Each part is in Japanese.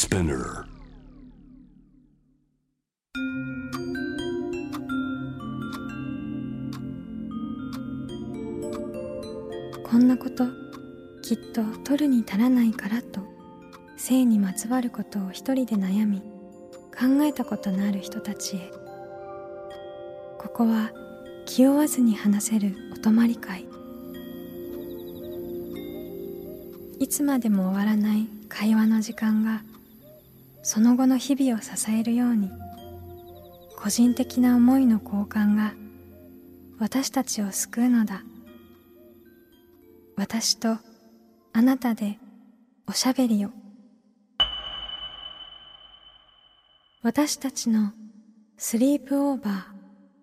Spinner。 こんなこときっと取るに足らないからと性にまつわることを一人で悩み考えたことのある人たちへ、ここは気負わずに話せるお泊まり会。いつまでも終わらない会話の時間がその後の日々を支えるように、個人的な思いの交換が私たちを救うのだ。私とあなたでおしゃべりを。私たちのスリープオーバー。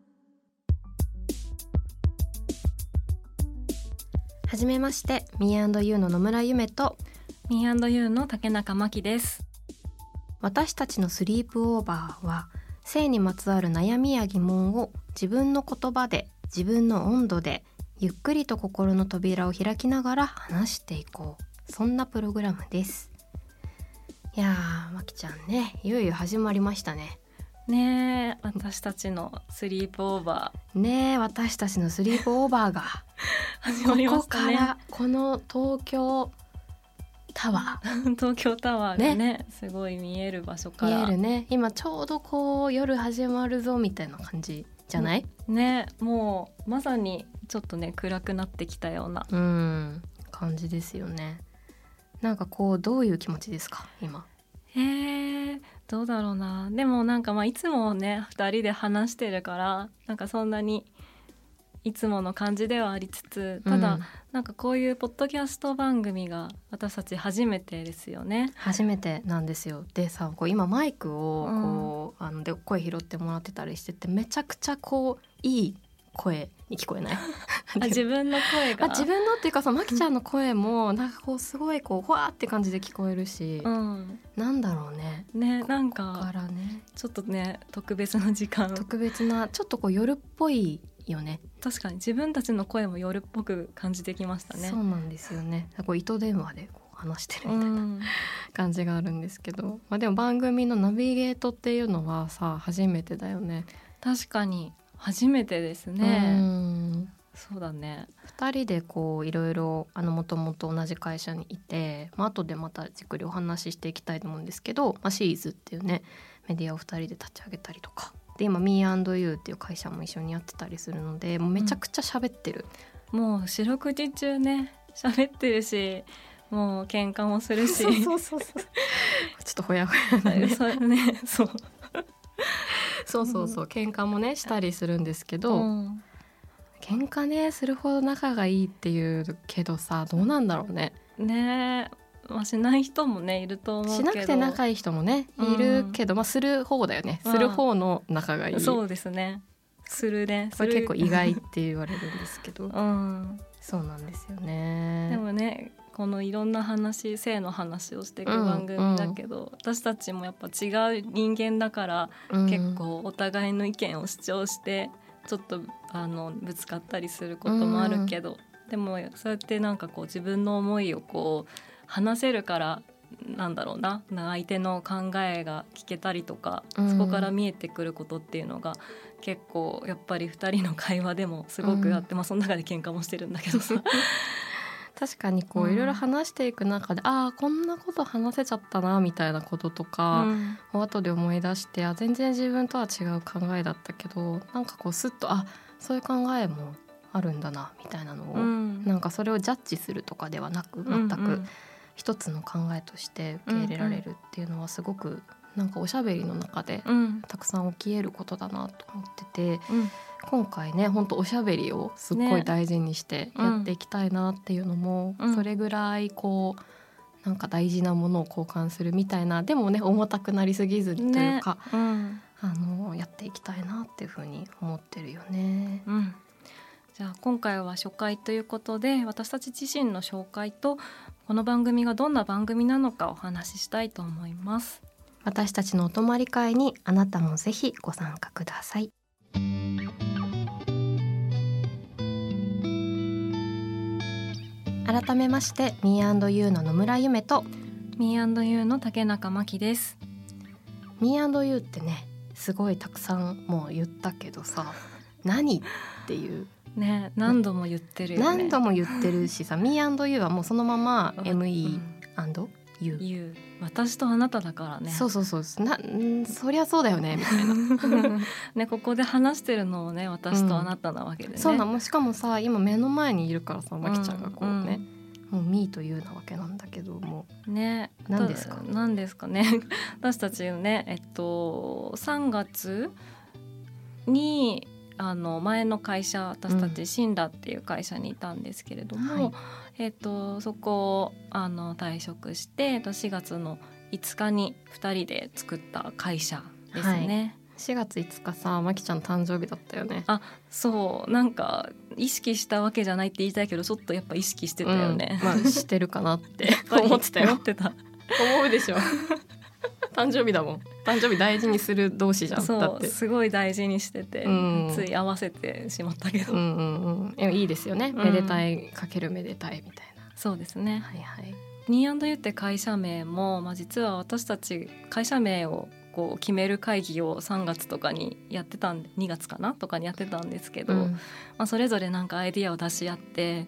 はじめまして、Me&You の野村ゆめと Me&You の竹中真希です。 私たちのスリープオーバーは、性にまつわる悩みや疑問を自分の言葉で、自分の温度でゆっくりと心の扉を開きながら話していこう、そんなプログラムです。いやー、まきちゃんね、いよいよ始まりましたね。 ねえ、私たちのスリープオーバーねえ、私たちのスリープオーバーが始まりましたね。 ここからこの東京タワー東京タワーが ねすごい見える場所から見えるね。今ちょうどこう夜始まるぞみたいな感じじゃない？ ね、もうまさにちょっとね暗くなってきたような感じですよね。なんかこうどういう気持ちですか今？ どうだろうな。でもなんかいつもね2人で話してるからなんかそんなにいつもの感じではありつつ、ただ、なんかこういうポッドキャスト番組が私たち初めてですよね。 初めてなんですよ。でさ、こう今マイクをこう、で声拾ってもらってたりしてて、めちゃくちゃこういい声に聞こえない？ 自分の声が自分のっていうかさ、まきちゃんの声もなんかこうすごいこうほわーって感じで聞こえるし、なんだろうね。 なんかここからねちょっとね特別な時間、 特別なちょっとこう夜っぽいよね。 確かに自分たちの声も夜っぽく感じてきましたね。 そうなんですよね。こう糸電話でこう話してるみたいな感じがあるんですけど、でも番組のナビゲートっていうのはさ初めてだよね。 確かに初めてですね。そうだね。 2人でこういろいろもともと同じ会社にいて、後でまたじっくりお話ししていきたいと思うんですけど、シーズっていうねメディアを2人で立ち上げたりとかで、今 Me&You っていう会社も一緒にやってたりするので、もうめちゃくちゃ喋ってる、 もう四六時中ね喋ってるし、もう喧嘩もするしそうちょっとほやほやだねそう喧嘩もねしたりするんですけど、喧嘩ねするほど仲がいいっていうけどさ、どうなんだろうね。 しない人もねいると思うけど、 しなくて仲いい人もねいるけど、する方だよね。する方の仲がいい。 そうですね。するね。 これ結構意外って言われるんですけど、そうなんですよね。 でもね、このいろんな話、性の話をしていく番組だけど、私たちもやっぱ違う人間だから、結構お互いの意見を主張してちょっとぶつかったりすることもあるけど、でもそうやってなんかこう自分の思いをこう話せるから、なんだろうな、相手の考えが聞けたりとか、そこから見えてくることっていうのが結構やっぱり2人の会話でもすごくあって、その中で喧嘩もしてるんだけどさ確かにこういろいろ話していく中で、こんなこと話せちゃったなみたいなこととか、後で思い出して、全然自分とは違う考えだったけど、なんかこうスッとそういう考えもあるんだなみたいなのを、なんかそれをジャッジするとかではなく、全く一つの考えとして受け入れられるっていうのはすごくなんかおしゃべりの中でたくさん起きえることだなと思ってて、今回ね本当おしゃべりをすっごい大事にしてやっていきたいなっていうのも、それぐらいこうなんか大事なものを交換するみたいな、でもね重たくなりすぎずにというか、やっていきたいなっていうふうに思ってるよね。 じゃあ今回は初回ということで、私たち自身の紹介とこの番組がどんな番組なのかお話ししたいと思います。 私たちのお泊まり会にあなたもぜひご参加ください。改めまして Me&You の野村ゆめと Me&You の竹中真希です。 Me&You ってねすごいたくさんもう言ったけどさ何っていうね、何度も言ってるよね。 何度も言ってるしさMe&You はもうそのまま Me&You、 私とあなただからね。 そうそりゃそうだよねみたいなね、ここで話してるのもね私とあなたなわけでね、 そうなの。しかもさ今目の前にいるからさまきちゃんがこうね、もうMeというなわけなんだけどもね、 何ですかね私たちね3月に前の会社、私たちシンラっていう会社にいたんですけれども、そこを退職して4月の5日に2人で作った会社ですね、 4月5日さまきちゃん誕生日だったよね。 あ、そうなんか意識したわけじゃないって言いたいけどちょっとやっぱ意識してたよね、 まあしてるかなって思ってたよ。 思ってた思うでしょ誕生日だもん。誕生日大事にする同士じゃん。 そうだってすごい大事にしてて、つい合わせてしまったけど、 いいですよね、めでたいかけるめでたいみたいな。 そうですね。 はいはい。 Me&Youって会社名も、実は私たち会社名をこう決める会議を3月とかにやってたんで、2月かなとかにやってたんですけど、それぞれなんかアイディアを出し合って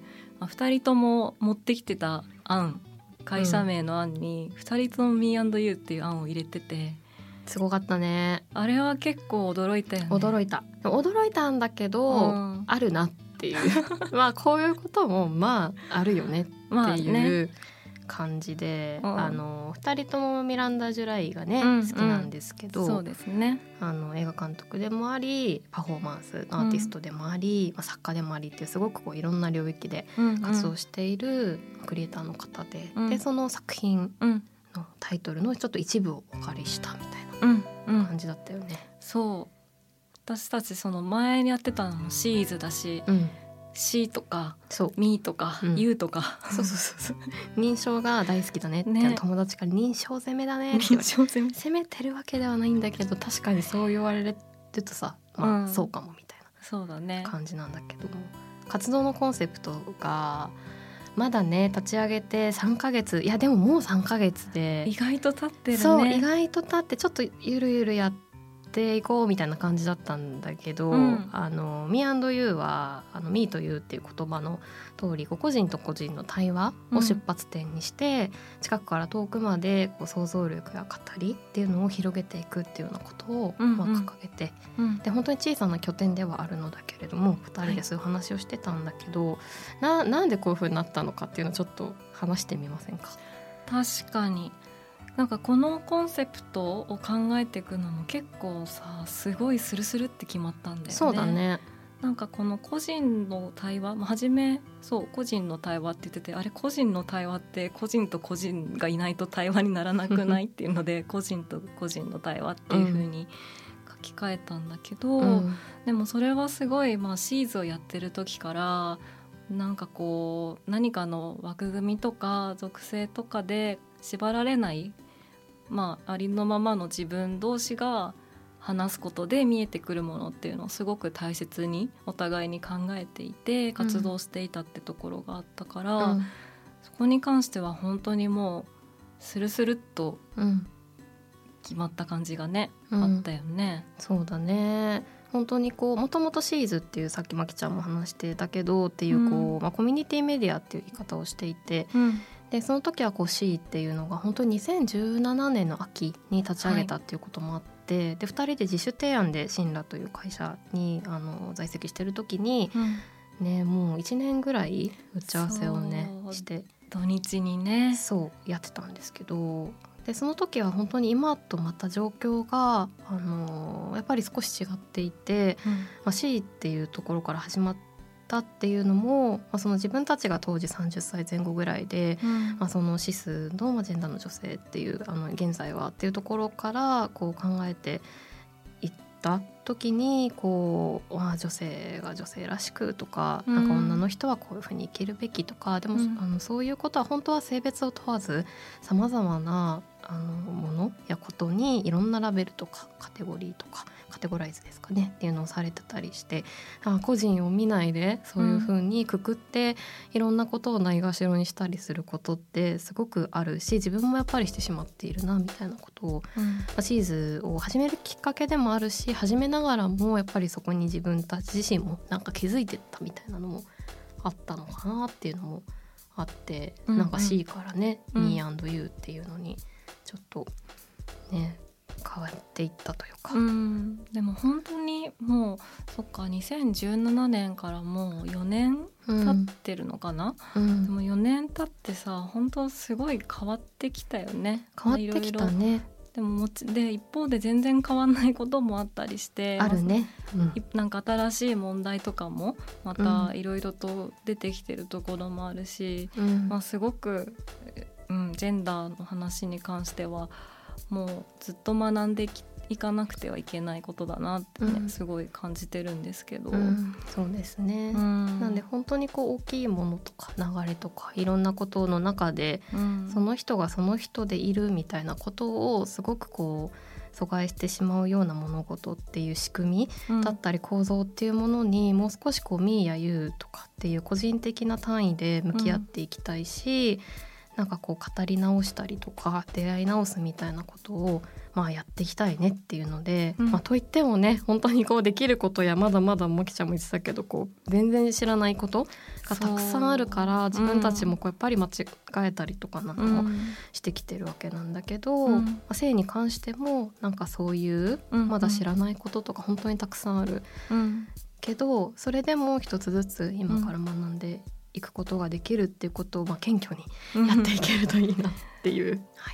、2人とも持ってきてた案、会社名の案に2人とも Me&You っていう案を入れてて、 すごかったね。 あれは結構驚いたよね。驚いたんだけど、あるなっていうまあこういうこともあるよねっていう感じで、2人ともミランダ・ジュライがね、好きなんですけど、 そうですね、 映画監督でもありパフォーマンスアーティストでもあり、作家でもありっていうすごくこういろんな領域で活動しているクリエイターの方で、でその作品のタイトルのちょっと一部をお借りしたみたいな感じだったよね。 そう私たちその前にやってたのもシーズだし、C とかミーとか U とか、 そう認証が大好きだねって友達から認証攻めだねって攻めてるわけではないんだけど、確かにそう言われるとさ、そうかもみたいな感じなんだけども、活動のコンセプトがまだね立ち上げて3ヶ月、いやでももう3ヶ月で意外と経ってるね。 そう意外と経ってちょっとゆるゆるやっていこうみたいな感じだったんだけど、Me&You はMeとYouっていう言葉の通り、個人と個人の対話を出発点にして、近くから遠くまでこう想像力や語りっていうのを広げていくっていうようなことを掲げて、で本当に小さな拠点ではあるのだけれども2人でそういう話をしてたんだけど、なんでこういう風になったのかっていうのをちょっと話してみませんか。 確かになんかこのコンセプトを考えていくのも結構さすごいスルスルって決まったんだよね。 そうだね。 なんかこの個人の対話、初めそう個人の対話って言ってて、あれ個人の対話って個人と個人がいないと対話にならなくないっていうので個人と個人の対話っていう風に書き換えたんだけど、でもそれはすごいシーズをやってる時からなんかこう何かの枠組みとか属性とかで縛られない、ありのままの自分同士が話すことで見えてくるものっていうのをすごく大切にお互いに考えていて活動していたってところがあったから、そこに関しては本当にもうスルスルっと決まった感じがね、あったよね。 そうだね。本当にこうもともとシーズっていうさっきまきちゃんも話してたけどっていうこう、コミュニティメディアっていう言い方をしていて、でその時はこう C っていうのが本当に2017年の秋に立ち上げたっていうこともあって、で2人で自主提案でシンラという会社に在籍してる時に、もう1年ぐらい打ち合わせをねして土日にねそうやってたんですけど、でその時は本当に今とまた状況が、やっぱり少し違っていて、C っていうところから始まったっていうのも、その自分たちが当時30歳前後ぐらいで、そのシスのジェンダーの女性っていう現在はっていうところからこう考えていった時にこう女性が女性らしくとか、なんか女の人はこういうふうに生きるべきとか、でも、そういうことは本当は性別を問わずさまざまなものやことにいろんなラベルとかカテゴリーとかカテゴライズですかねっていうのをされてたりして、個人を見ないでそういうふうにくくっていろんなことをないがしろにしたりすることってすごくあるし、自分もやっぱりしてしまっているなみたいなことを、シーズを始めるきっかけでもあるし、始めながらもやっぱりそこに自分たち自身もなんか気づいてったみたいなのもあったのかなっていうのもあって、なんか C からね、Me&You っていうのにちょっとね変わっていったというか、 でも本当にもうそっか2017年からもう4年経ってるのかな、でも4年経ってさ本当すごい変わってきたよね。 変わってきたね。 でもで一方で全然変わんないこともあったりしてあるね、 なんか新しい問題とかもまたいろいろと出てきてるところもあるし、すごく、ジェンダーの話に関してはもうずっと学んでいかなくてはいけないことだなってね、すごい感じてるんですけど、 そうですね、なんで本当にこう大きいものとか流れとかいろんなことの中で、その人がその人でいるみたいなことをすごくこう阻害してしまうような物事っていう仕組みだったり構造っていうものにもう少しこう Me や You とかっていう個人的な単位で向き合っていきたいし、なんかこう語り直したりとか出会い直すみたいなことをやっていきたいねっていうので、といってもね本当にこうできることやまだまだもきちゃんも言ってたけどこう全然知らないことがたくさんあるから自分たちもこうやっぱり間違えたりとかなんかもしてきてるわけなんだけど、性に関してもなんかそういうまだ知らないこととか本当にたくさんある、けどそれでも一つずつ今から学んでいくことができるっていうことを謙虚にやっていけるといいなっていう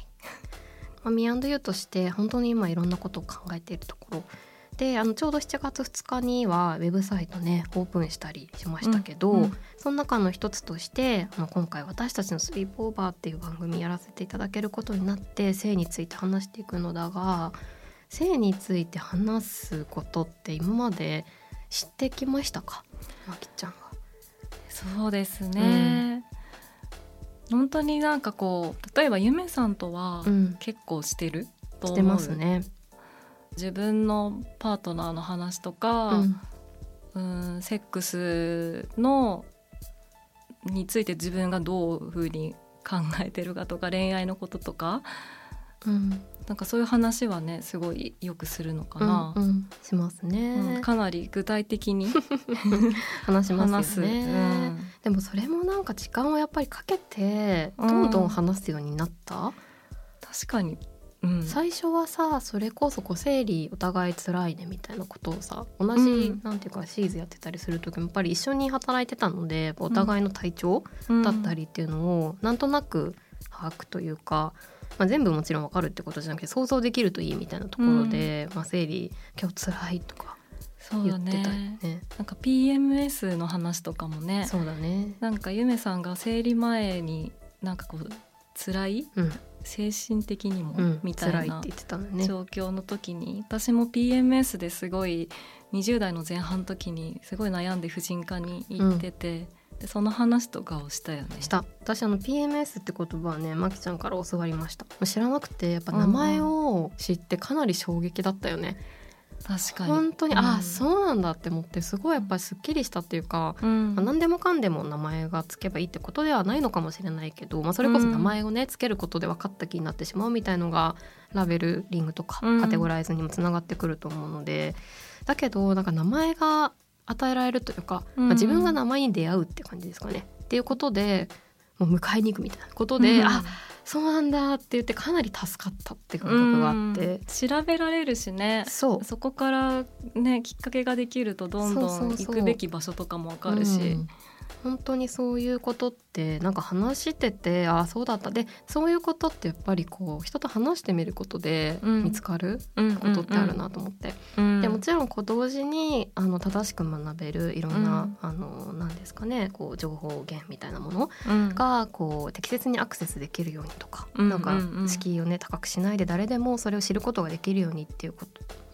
、Me&You として本当に今いろんなことを考えているところで、ちょうど7月2日にはウェブサイトねオープンしたりしましたけど、その中の一つとして今回私たちのスリープオーバーっていう番組やらせていただけることになって性について話していくのだが、性について話すことって今まで知ってきましたか、まきちゃんは。 そうですね、本当になんかこう例えばゆめさんとは結構してると思う、 してますね。 自分のパートナーの話とか、セックスのについて自分がどういうふうに考えてるかとか恋愛のこととか、なんかそういう話はねすごいよくするのかな、 しますね、 かなり具体的に話しますよね、でもそれもなんか時間をやっぱりかけてどんどん話すようになった、 確かに、 最初はさそれこそ生理お互い辛いねみたいなことをさ同じ、なんていうかシーズやってたりする時もやっぱり一緒に働いてたのでお互いの体調だったりっていうのをなんとなく把握というか、全部もちろん分かるってことじゃなくて想像できるといいみたいなところで、生理今日辛いとか言ってたよね。 なんか PMS の話とかもね、 そうだね、 なんかゆめさんが生理前になんかこう辛い、精神的にも、みたいな状況の時に、私も PMS ですごい20代の前半の時にすごい悩んで婦人科に行ってて、でその話とかをしたよね。 した私PMS って言葉はねまきちゃんから教わりました。知らなくてやっぱ名前を知ってかなり衝撃だったよね、 確かに本当に、そうなんだって思ってすごいやっぱりすっきりしたっていうか、何でもかんでも名前がつけばいいってことではないのかもしれないけど、それこそ名前をねつけることで分かった気になってしまうみたいのがラベルリングとかカテゴライズにもつながってくると思うので、だけどなんか名前が与えられるというか、自分が名前に出会うって感じですかねっていうことでもう迎えに行くみたいなことで、そうなんだって言ってかなり助かったって感覚があって、 調べられるしね、そこからねきっかけができるとどんどん行くべき場所とかも分かるし、 本当にそういうことってなんか話しててそうだったで、そういうことってやっぱりこう人と話してみることで見つかることってあるなと思って、でもちろん同時に正しく学べるいろんな、なんですかね情報源みたいなものが適切にアクセスできるようにとか、なんか敷居をね高くしないで誰でもそれを知ることができるようにっていうこと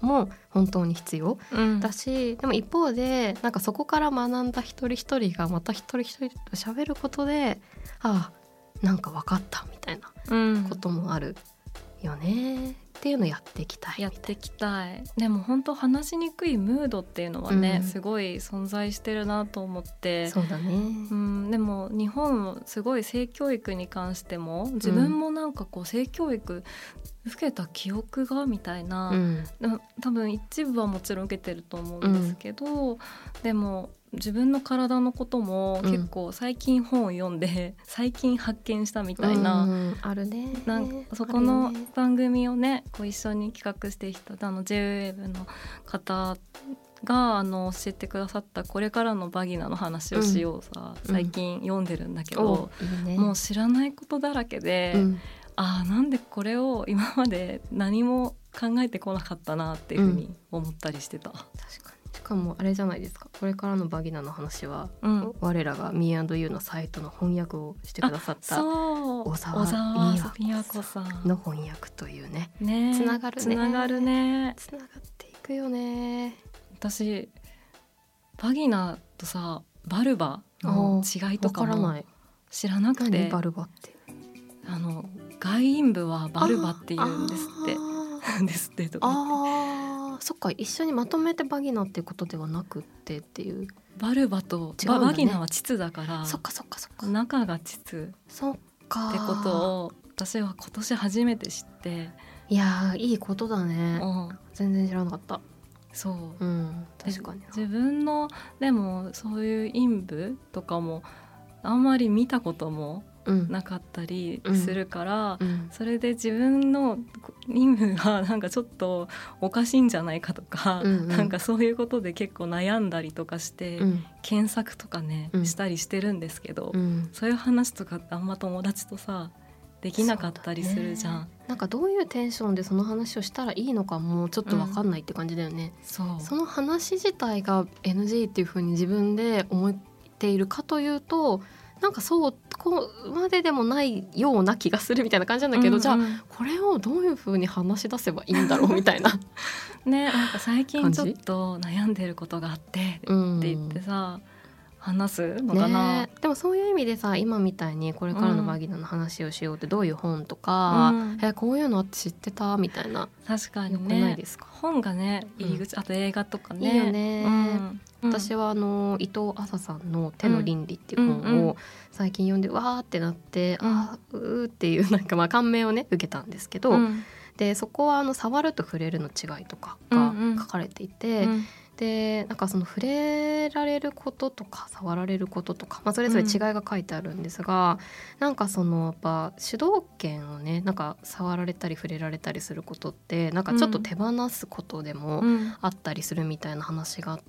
も本当に必要だし、でも一方でなんかそこから学んだ一人一人がまた一人一人と喋ることで、ああなんか分かったみたいなこともあるよねっていうのをやっていきたい。 やっていきたい。でも本当話しにくいムードっていうのはね、すごい存在してるなと思って。 そうだね。 でも日本すごい性教育に関しても自分もなんかこう性教育受けた記憶がみたいな、多分一部はもちろん受けてると思うんですけど、でも自分の体のことも結構最近本を読んで最近発見したみたいな、 あるね。 なんかそこの番組をねこう一緒に企画していたJWAVE の方が教えてくださったこれからのバギナの話をしようさ、最近読んでるんだけど、もう知らないことだらけで、なんでこれを今まで何も考えてこなかったなっていうふうに思ったりしてた。 確かに。しかもあれじゃないですか、これからのバギナの話は、我らが Me&You のサイトの翻訳をしてくださった小沢美和子さんの翻訳というね、つながるね、つながっていくよね。 私バギナとさバルバの違いとかも知らなくて、 バルバって外陰部はバルバって言うんですってですってとかそっか、一緒にまとめてバギナっていうことではなくってっていう。 バルバとバギナは膣だから、 そっかそっかそっか、 中が膣そっかってことを私は今年初めて知って、 いやいいことだね、全然知らなかった。 そう、 確かに自分のでもそういう陰部とかもあんまり見たこともなかったりするから、それで自分の陰部がなんかちょっとおかしいんじゃないかとか、なんかそういうことで結構悩んだりとかして、検索とかね、したりしてるんですけど、そういう話とかあんま友達とさできなかったりするじゃん。 なんかどういうテンションでその話をしたらいいのかもちょっと分かんないって感じだよね。その話自体が NG っていう風に自分で思っているかというと、なんかそうこまででもないような気がするみたいな感じなんだけど、じゃあこれをどういう風に話し出せばいいんだろうみたいなね、なんか最近ちょっと悩んでることがあってって言ってさ、話すのかな、 でもそういう意味でさ、今みたいにこれからのバギナの話をしようってどういう本とか、こういうのあって知ってたみたいな。 確かにね、 よくないですか。 本がね入り口、あと映画とかね、 いいよね、私は伊藤麻さんの手の倫理っていう本を最近読んでわーってなって、っていうなんか感銘をね受けたんですけど、でそこは触ると触れるの違いとかが書かれていて、でなんかその触れられることとか触られることとか、それぞれ違いが書いてあるんですが、なんかそのやっぱ主導権をねなんか触られたり触れられたりすることってなんかちょっと手放すことでもあったりするみたいな話があって、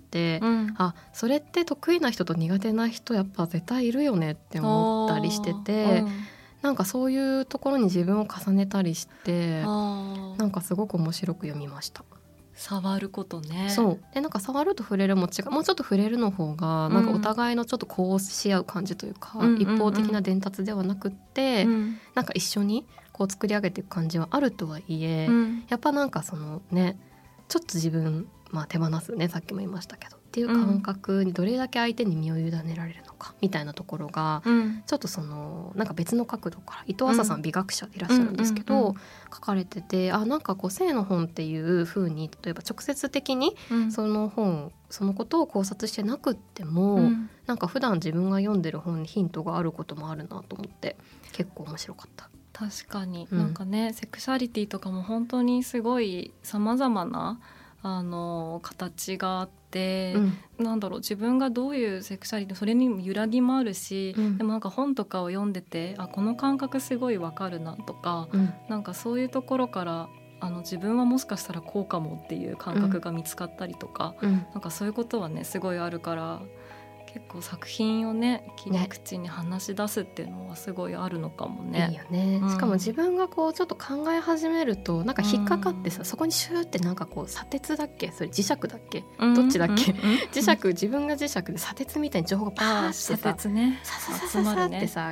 それって得意な人と苦手な人やっぱ絶対いるよねって思ったりしてて、なんかそういうところに自分を重ねたりして、なんかすごく面白く読みました。 触ることね。 そうでなんか触ると触れるも違う、もうちょっと触れるの方がなんかお互いのちょっとこうし合う感じというか、一方的な伝達ではなくって、なんか一緒にこう作り上げていく感じはあるとはいえ、やっぱなんかそのねちょっと自分、手放すね、さっきも言いましたけどっていう感覚にどれだけ相手に身を委ねられるのかみたいなところが、ちょっとそのなんか別の角度から伊藤麻さん美学者でいらっしゃるんですけど、書かれてて、なんかこう性の本っていう風に例えば直接的にその本、そのことを考察してなくっても、なんか普段自分が読んでる本にヒントがあることもあるなと思って結構面白かった。 確かに、なんかねセクシャリティとかも本当にすごい様々な形があって、なんだろう、自分がどういうセクシャリティ、それにも揺らぎもあるし、でもなんか本とかを読んでてこの感覚すごいわかるなとか、なんかそういうところから自分はもしかしたらこうかもっていう感覚が見つかったりとか、なんかそういうことはねすごいあるから、結構作品をね切り口に話し出すっていうのはすごいあるのかもね。 いいよね、しかも自分がこうちょっと考え始めるとなんか引っかかってさ、そこにシューってなんかこう砂鉄だっけ、それ磁石だっけ、どっちだっけ、磁石、自分が磁石で砂鉄みたいに情報がパーってさ、 砂鉄ね、 さってさ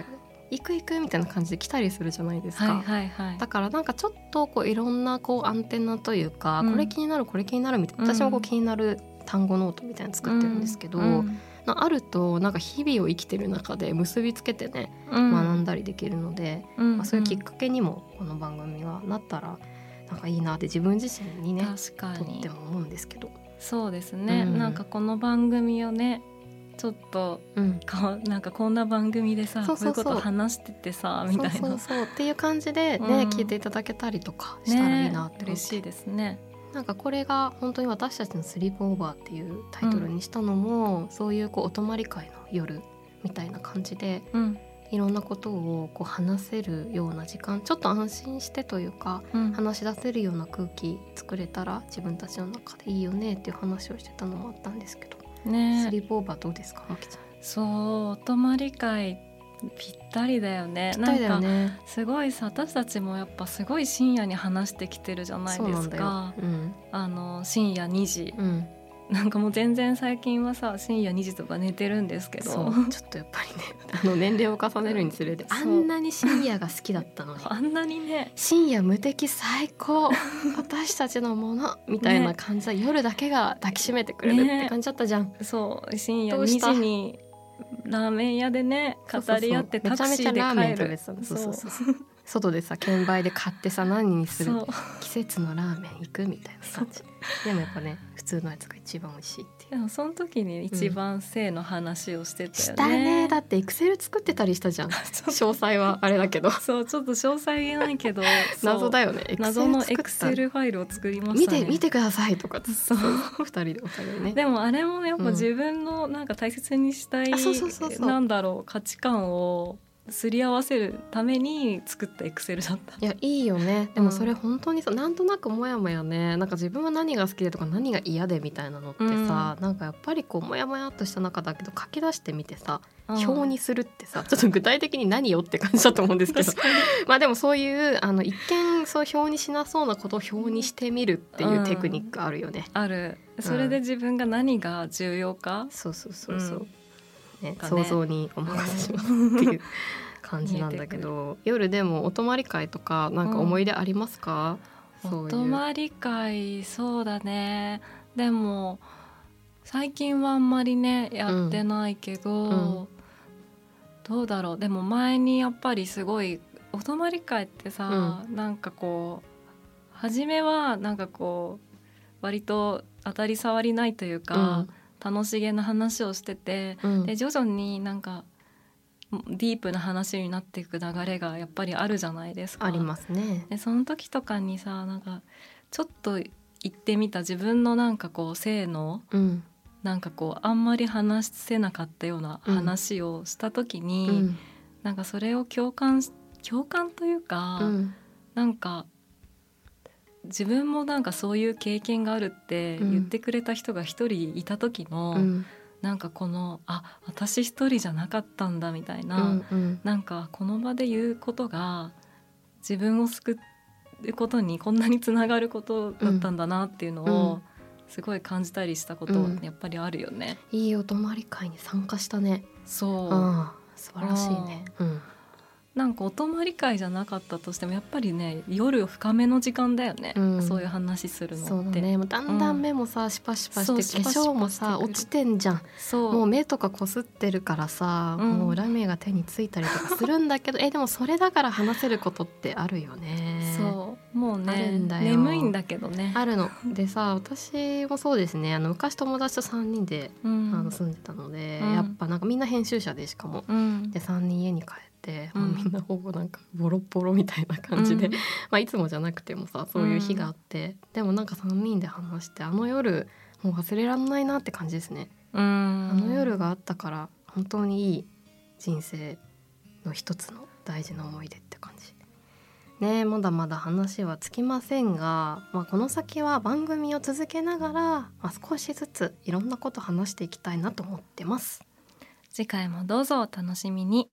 行く行くみたいな感じで来たりするじゃないですか、 はいはいはい、 だからなんかちょっとこういろんなこうアンテナというか、これ気になるこれ気になるみたいな、私もこう気になる単語ノートみたいなの作ってるんですけど、あるとなんか日々を生きてる中で結びつけてね、学んだりできるので、そういうきっかけにもこの番組がなったらなんかいいなって自分自身にね確かにとっても思うんですけど。 そうですね、なんかこの番組をねちょっと、なんかこんな番組でさ、こういうこと話しててさみたいな、 そうっていう感じでね、聞いていただけたりとかしたらいいなって、 嬉しいですね。 なんかこれが本当に私たちのスリープオーバーっていうタイトルにしたのも、そういうこうお泊まり会の夜みたいな感じで、いろんなことをこう話せるような時間、ちょっと安心してというか、話し出せるような空気作れたら自分たちの中でいいよねっていう話をしてたのもあったんですけど、スリープオーバーどうですか、まきちゃん。 そう、お泊まり会ぴったりだよね。 ぴったりだよね。 なんかすごいさ、私たちもやっぱすごい深夜に話してきてるじゃないですか。深夜2時、なんかもう全然最近はさ深夜2時とか寝てるんですけど、 そうちょっとやっぱりね年齢を重ねるにつれてあんなに深夜が好きだったのにあんなにね深夜無敵最高私たちのものみたいな感じで、夜だけが抱きしめてくれるって感じだったじゃん、 そう深夜2時にラーメン屋でね語り合ってタクシーで帰る。 外でさ券売で買ってさ何にする季節のラーメン行くみたいな感じでもやっぱね普通のやつが一番美味しいっていう。 でもその時に一番性の話をしてたよね、 したね。だってエクセル作ってたりしたじゃん詳細はあれだけどそうちょっと詳細言えないけど謎だよね。 謎のエクセルファイルを作りましたね。 見てくださいとかそう2人でお互いね。 でもあれもやっぱ自分のなんか大切にしたい、なんだろう価値観をすり合わせるために作ったエクセルだった。 いやいいよね。でもそれ本当にさ、なんとなくもやもやね、なんか自分は何が好きでとか何が嫌でみたいなのってさ、なんかやっぱりこうもやもやっとした中だけど書き出してみてさ、表にするってさちょっと具体的に何よって感じだと思うんですけどまあでもそういう一見そう表にしなそうなことを表にしてみるっていうテクニックあるよね、 ある。それで自分が何が重要か、 そう、ね、想像にお任せしますっていう感じなんだけど夜でもお泊まり会とかなんか思い出ありますか？ お泊まり会、そうだね。でも最近はあんまりねやってないけど、どうだろう。でも前にやっぱりすごいお泊まり会ってさ、なんかこう初めはなんかこう割と当たり障りないというか、楽しげな話をしてて、で徐々になんかディープな話になっていく流れがやっぱりあるじゃないですか。 ありますね。 でその時とかにさ、なんかちょっと言ってみた自分のなんかこう性の、なんかこうあんまり話せなかったような話をした時に、なんかそれを共感というか、なんか自分もなんかそういう経験があるって言ってくれた人が一人いた時の、なんかこの私一人じゃなかったんだみたいな、なんかこの場で言うことが自分を救うことにこんなにつながることだったんだなっていうのをすごい感じたりしたことやっぱりあるよね。 いいお泊まり会に参加したね。 そう、 素晴らしいね。 なんかお泊まり会じゃなかったとしてもやっぱりね夜深めの時間だよね、そういう話するのって。 そうだね。もうだんだん目もさ、シパシパして化粧もさ落ちてんじゃん。もう目とかこすってるからさ、もうラメが手についたりとかするんだけどでもそれだから話せることってあるよね。 そうもうね眠いんだけどねあるのでさ、私もそうですね。昔友達と3人で、住んでたので、やっぱなんかみんな編集者でしかも、で3人家に帰ってみんなほぼなんかボロボロみたいな感じで、いつもじゃなくてもさそういう日があって、でもなんか3人で話してあの夜もう忘れらんないなって感じですね。あの夜があったから本当にいい人生の一つの大事な思い出って感じね。まだまだ話は尽きませんが、この先は番組を続けながら、少しずついろんなこと話していきたいなと思ってます。 次回もどうぞお楽しみに。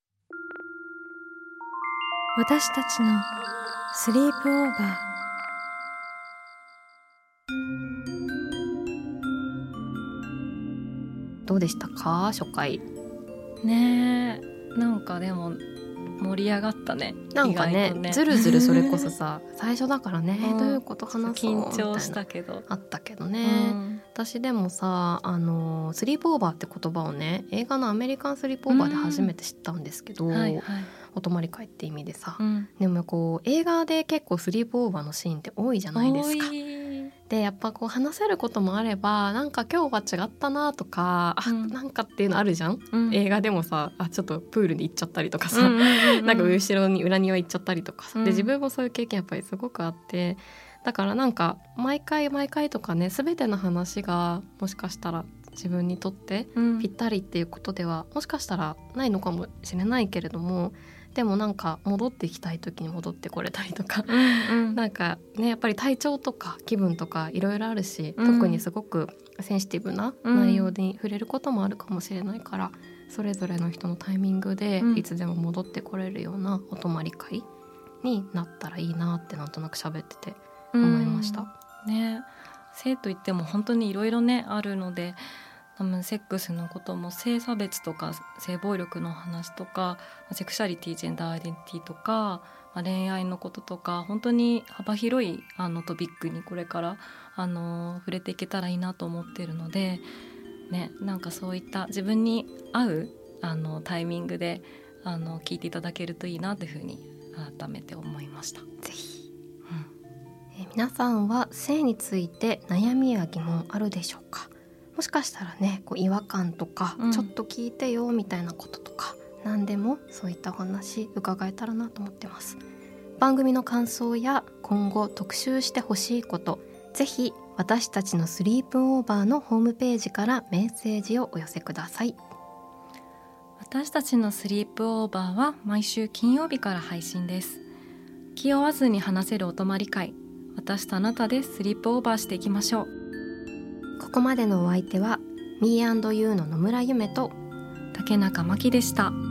私たちのスリープオーバー。 どうでしたか初回？ ねえ、なんかでも盛り上がったね。 なんかねずるずるそれこそさ最初だからね、どういうこと話そうみたいな緊張したけどあったけどね、私でもさスリープオーバーって言葉をね映画のアメリカンスリープオーバーで初めて知ったんですけど、お泊まり会って意味でさ、でもこう映画で結構スリープオーバーのシーンって多いじゃないですか。でやっぱこう話せることもあればなんか今日は違ったなとか、なんかっていうのあるじゃん、映画でもさちょっとプールに行っちゃったりとかさ、なんか後ろに裏庭行っちゃったりとかさ、で自分もそういう経験やっぱりすごくあって、だからなんか毎回とかね全ての話がもしかしたら自分にとってぴったりっていうことではもしかしたらないのかもしれないけれども、でもなんか戻ってきたい時に戻ってこれたりとか、なんかねやっぱり体調とか気分とかいろいろあるし、特にすごくセンシティブな内容に触れることもあるかもしれないから、それぞれの人のタイミングでいつでも戻ってこれるようなお泊まり会になったらいいなってなんとなく喋ってて思いました、 ね。性といっても本当にいろいろねあるので、多分セックスのことも性差別とか性暴力の話とかセクシャリティジェンダーアイデンティティとか恋愛のこととか本当に幅広いトピックにこれから触れていけたらいいなと思っているので、ね、なんかそういった自分に合うタイミングで聞いていただけるといいなというふうに改めて思いました。 ぜひ、皆さんは性について悩みや疑問あるでしょうか。もしかしたらねこう違和感とか、ちょっと聞いてよみたいなこととか何でもそういったお話伺えたらなと思ってます。番組の感想や今後特集してほしいこと、ぜひ私たちのスリープオーバーのホームページからメッセージをお寄せください。 私たちのスリープオーバーは毎週金曜日から配信です。気負わずに話せるお泊まり会、私とあなたでスリープオーバーしていきましょう。 ここまでのお相手は Me&You の野村ゆめと竹中真希でした。